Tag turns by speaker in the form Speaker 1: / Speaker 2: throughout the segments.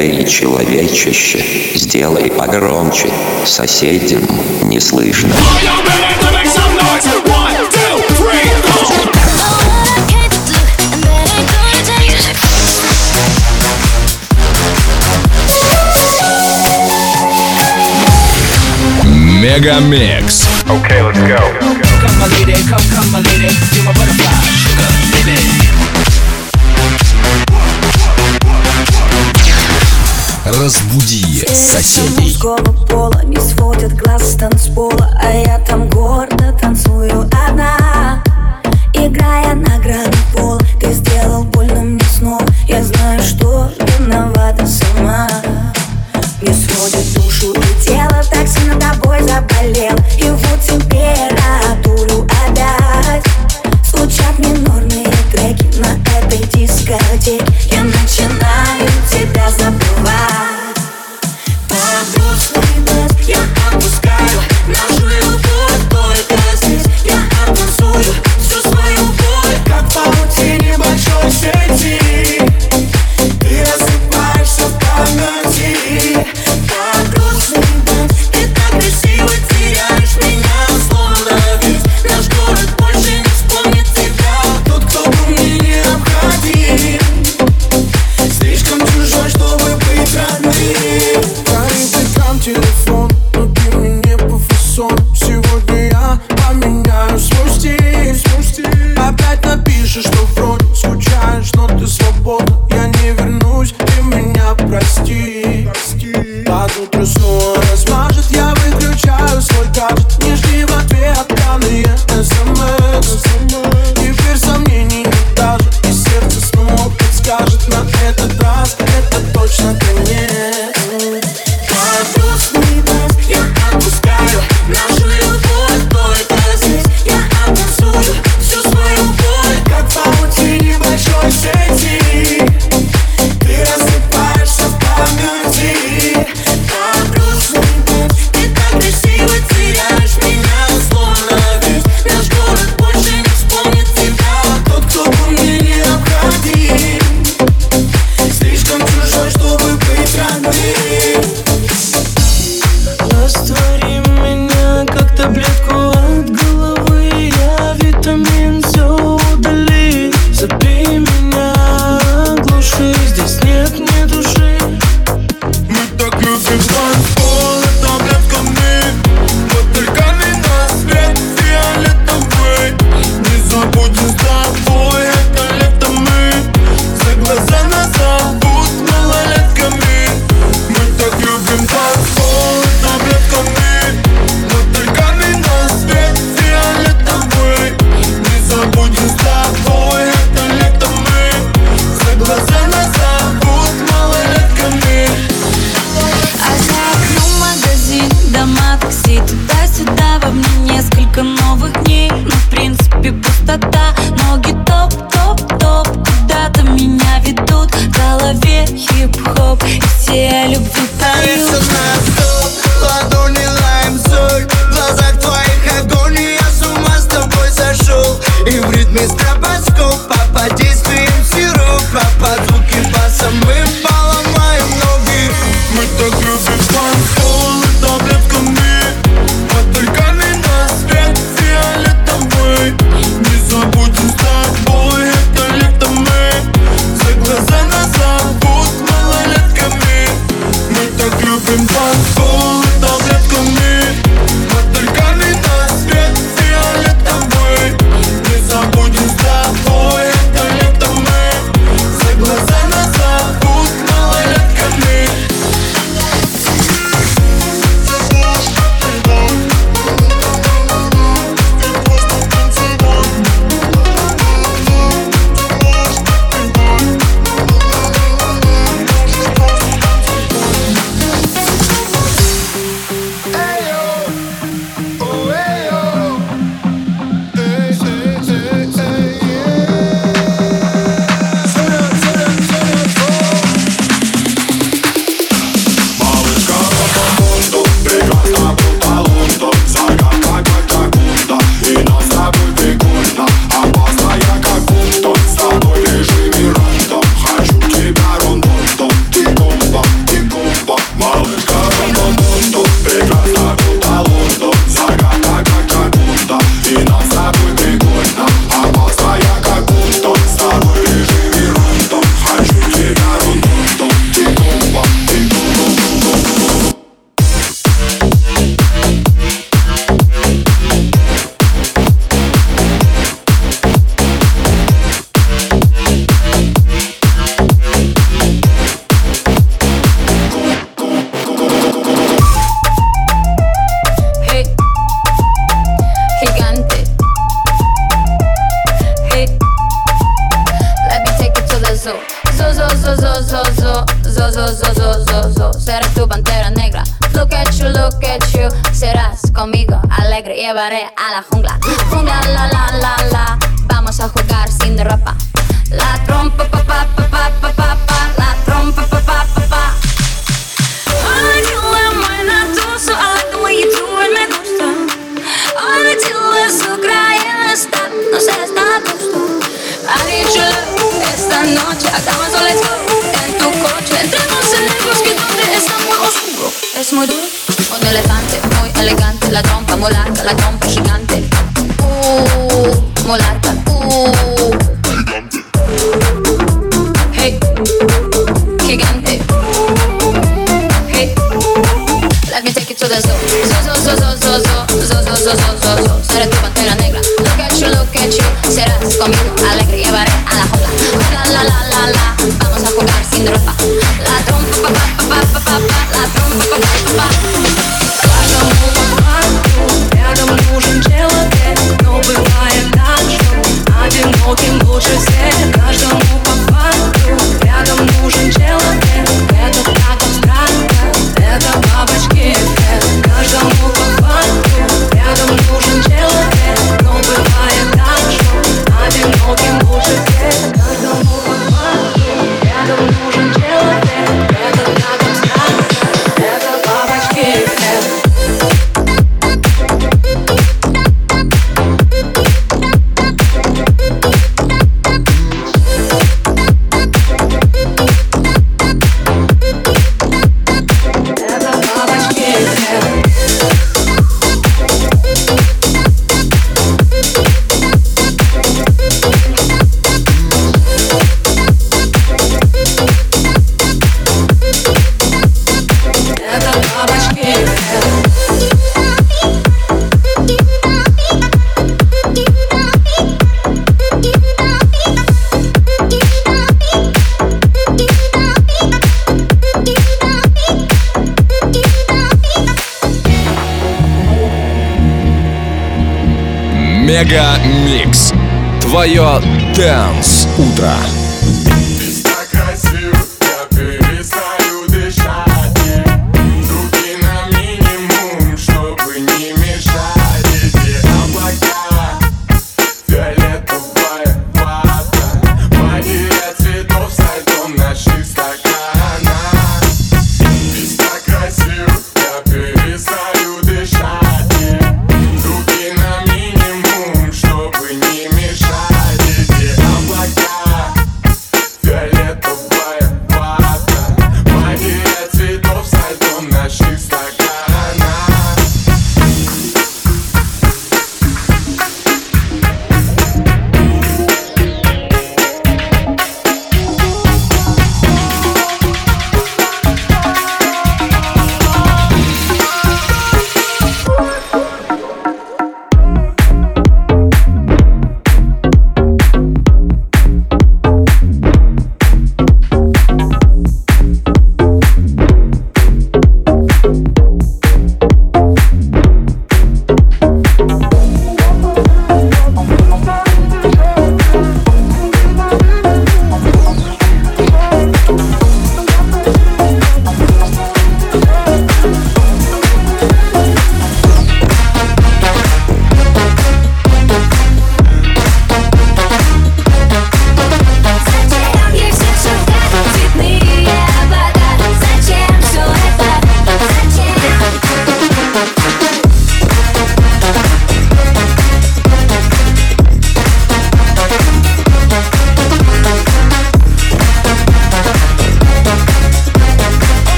Speaker 1: Эй, человечище, сделай погромче, соседям не слышно.
Speaker 2: Мегамикс.
Speaker 3: Okay, let's go.
Speaker 4: Come my lady, come my lady, you're my butterfly, sugar, baby.
Speaker 2: Разбуди соседей.
Speaker 5: Мужского пола не сводят глаз с танцпола, а я там гордо танцую одна, играя на гравипол. Ты сделал больно мне снова, я знаю, что виновата сама. Не сводит душу и тело, так сильно тобой заболел. И вот температуру опять звучат минорные треки на этой дискотеке. Я начинаю тебя забывать. Под грустный бэс я отпускаю нашу любовь только здесь. Я оттанцую всю свою боль, как в паутине большой сети. Ты рассыпаешься в памяти. Под грустный бэс ты так красиво теряешь меня, словно весь наш город больше не вспомнит тебя. Тот, кто был мне необходим, слишком чужой, чтобы быть родным.
Speaker 6: Телефон, но ты мне по фасону. Сегодня я поменяю свой стиль. Опять напишешь, что вроде скучаешь, но ты свободна. Я не вернусь, ты меня прости. Под утро снова размажет, я выключаю свой гаджет. Не жди в ответ пьяные смс. Теперь сомнений нет даже, и сердце снова подскажет. На этот раз это точно конец.
Speaker 5: Грустный бэс я отпускаю нашу любовь только здесь. Я оттанцую всю свою боль, как в паутине большой сети. Ты рассыпаешься в памяти. Под грустный бэс ты так красиво теряешь меня, словно весь наш город больше не вспомнит тебя. Тот, кто был мне необходим, слишком чужой, чтобы быть родным.
Speaker 7: Раствори меня, как таблетку от головы. Я витамин, все удали. Забей меня, глуши, здесь нет ни души.
Speaker 6: Мы так любим танцполы таблетками. Вот только не на свет фиолетовый. Не забудем с тобой это лето мы. За глаза нас зовут малолетками. Мы так любим танцполы таблетками. Вот только не на свет фиолетовый. Не забудем с тобой это лето мы. За глаза нас зовут малолетками.
Speaker 5: А за окном llevaré a la jungla. Jungla, la la la la, vamos a jugar sin ropa. La trompa, pa pa pa pa pa pa pa, la trompa, pa pa pa pa. Ay, you are buena tusa, I like the way you do it, me gusta. Ay, chile, Ucrania está, no sé, está a gusto. Ay, chile, esta noche hagamos un let's go. En tu coche, entremos en el bosque donde está muy oscuro. Es muy duro, un elefante, muy elegante. La trompa molarca, la trompa gigante. Molarca, hey, gigante. Hey, let me take you to the zoo. Zoo. Seré tu pantera negra. Look at you, serás conmigo alegre. Llevaré a la jungla. La la la la la, vamos a jugar sin ropa. La trompa pa pa pa pa pa pa, la trompa pa pa pa.
Speaker 7: Каждому по факту рядом нужен человек, но бывает так, что одиноким лучше всех. Каждому по факту рядом нужен человек. Это так абстрактно, это бабочки эффект. Каждому по факту рядом нужен человек, но бывает так, что одиноким лучше всех. Каждому по факту рядом нужен человек. Это так абстрактно, это бабочки эффект.
Speaker 2: Мега Микс. Твое Dance утро.
Speaker 3: Ты так красив, я перестаю дышать. Руки на минимум, чтобы не мешать. Эти облака, фиолетовая вата, магия цветов со льдом наших стаканах. Ты так красив, я перестаю дышать. Руки на минимум, чтобы не мешать. Эти облака,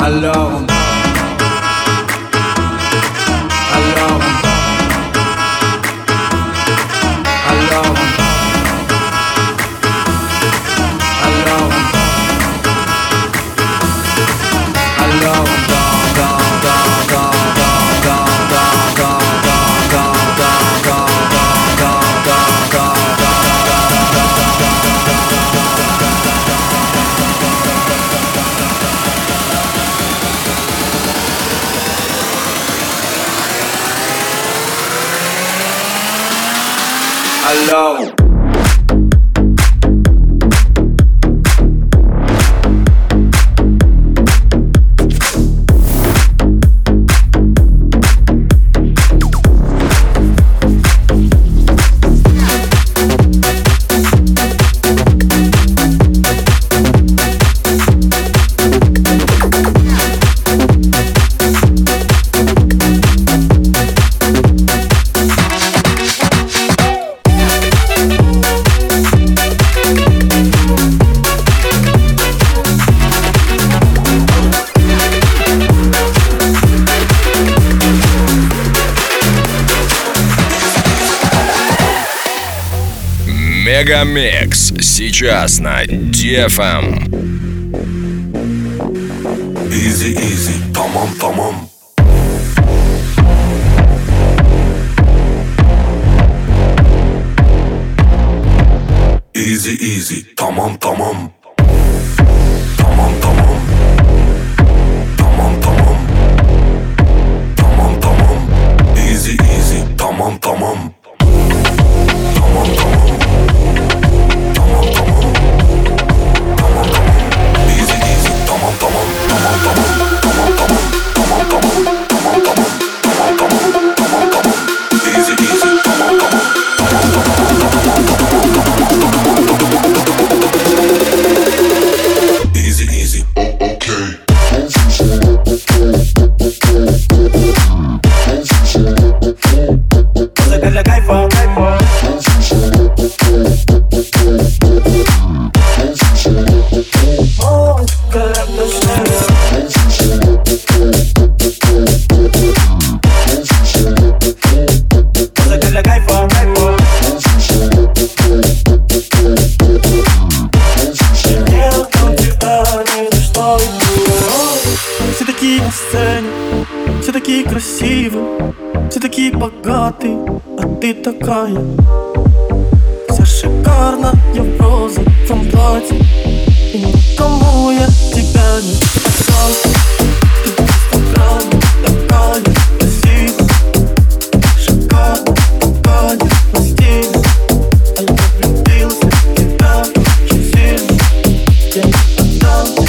Speaker 6: Alors
Speaker 2: Мегамикс сейчас на DFM.
Speaker 3: Easy, easy, tamam, tamam. Easy, easy, tamam, tamam. Tamam, tamam. Tamam, tamam. Tamam, tamam. Easy, easy, tamam, tamam. Tamam, tamam. Tamam, tamam. Tamam, tamam. Easy, easy, tamam, tamam. Tamam, tamam. Tamam, tamam. Tamam, tamam. Tamam, tamam. Tamam, tamam. Tamam, tamam. Easy, easy, tamam, tamam. Tamam, tamam. Easy, easy. Okay.
Speaker 6: Sacarle caifa, caifa.
Speaker 8: Все такие на сцене, все такие красивые, все такие богатые, а ты такая вся шикарная в розовом платье. И никому я тебя не касался. Ты просто правда такая красивая, шикарная, такая на стиле. А я влюбился в тебя очень сильно. Я не отдам тебя.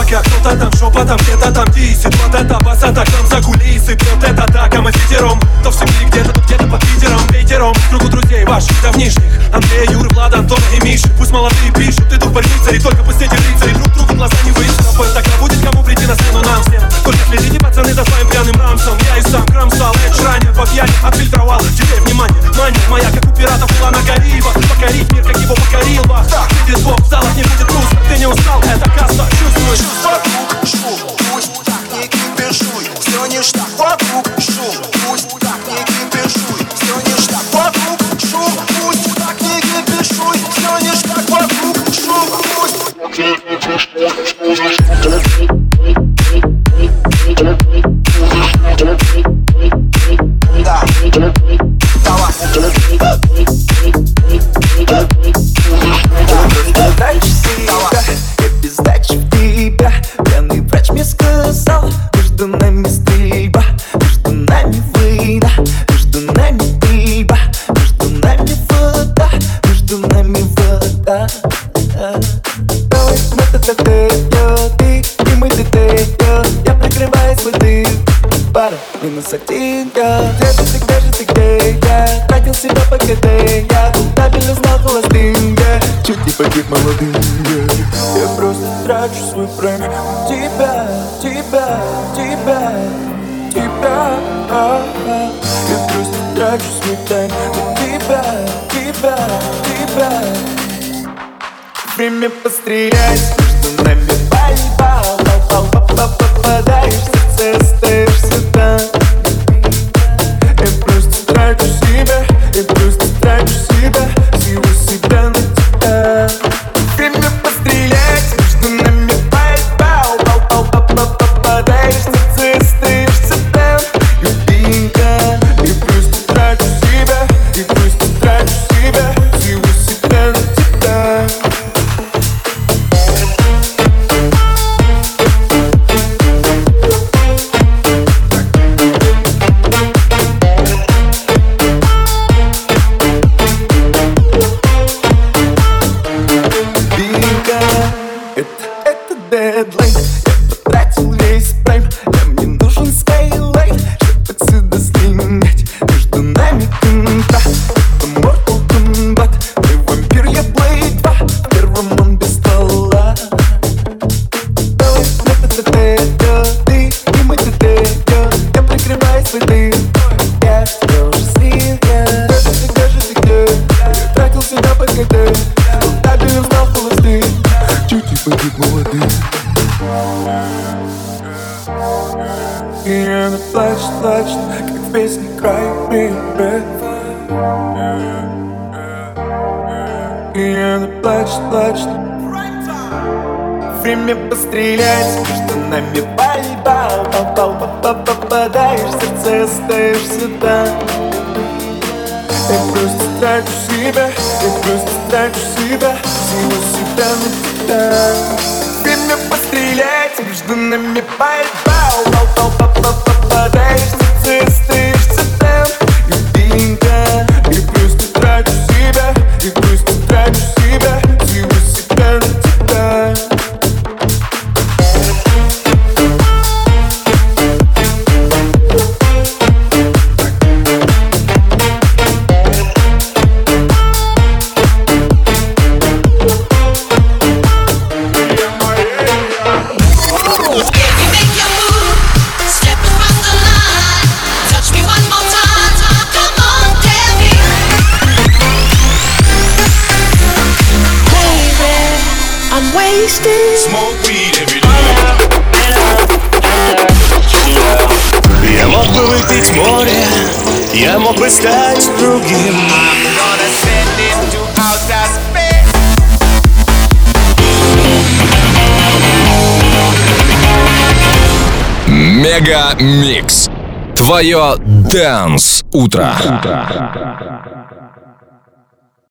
Speaker 6: как кто-то там шепотом, где-то там дисит. Вот это бас, это к нам за кулисы. Пьет это так, а мы фитером. То в Сибири где-то, то где-то под Питером. Ветером, кругу друзей ваших давнишних, Андрея, Юры, Влада, Антона и Миши. Пусть молодые пишут, идут больницы, и только пусть эти рыцари друг другу глаза не выйдут. А поезд тогда будет кому прийти на сцену нам всем. Только следите, пацаны, за своим пьяным рамсом. Я и сам кромсал, эдж ранен, по пьяни отфильтровал. Теперь внимание, мания моя, как у пиратов была на Карибах. Покорить мир, как его покорил Бах. Видит Бог, в залах не будет грустно. Ты не устал, это каста, чувствуешь?
Speaker 9: Вокруг шум, пусть так не кипишуй. Все ништяк, вокруг шум, пусть так не кипишуй. Все ништяк, вокруг шум, пусть так не кипишуй. Все ништяк, вокруг шум, пусть. Да, давай.
Speaker 10: Дальше себя, я без дачи в тебя. Пьяный врач мне сказал, между нами стрельба, между нами война, между нами рыба, между нами вода, между нами вода. Давай мы ты и мы ты, я прикрываю свой дым. Пара, -1, где же ты, где я тратил себя по КД, я стабильно знал холостым, я чуть не погиб молодым, я просто трачу свой прайм на тебя, тебя, тебя, тебя, я просто трачу свой тайм на тебя, тебя, тебя. Время пострелять, между нами борьба, попадаешь в сердце, остаешься там. Я просто трачу себя, я просто трачу себя, всего себя на тебя. Время пострелять, между нами борьба, попадаешь в сердце, остаешься там. Любимка, я просто трачу себя, я просто трачу себя, всего себя на тебя. Это дедлайн, я потратил весь прайм, да мне нужен скайлайн, чтоб отсюда слинять. Между нами контракт, это Mortal Kombat, ты вампир, я Blade 2, в первом он без ствола. Давай, ты и мы ты, я прикрываю свой дым. Я тебя уже слил, где же ты, я тратил себя по КД, стабильно знал холостым, чуть не погиб молодым. И она плачет, плачет, как в песне Cry Baby. И она плачет, плачет. Время пострелять, между нами борьба, попадаешь в сердце, остаешься там. Я просто трачу себя, я просто трачу себя, всего себя на тебя. Время пострелять, между нами борьба, попадаешь в сердце, остаешься там. Любимка, я просто трачу себя, я просто трачу себя, всего себя на тебя.
Speaker 2: Smoke weed every day.
Speaker 11: Я мог бы выпить море, я мог бы стать другим.
Speaker 2: Мега Микс. Твое Dance утро.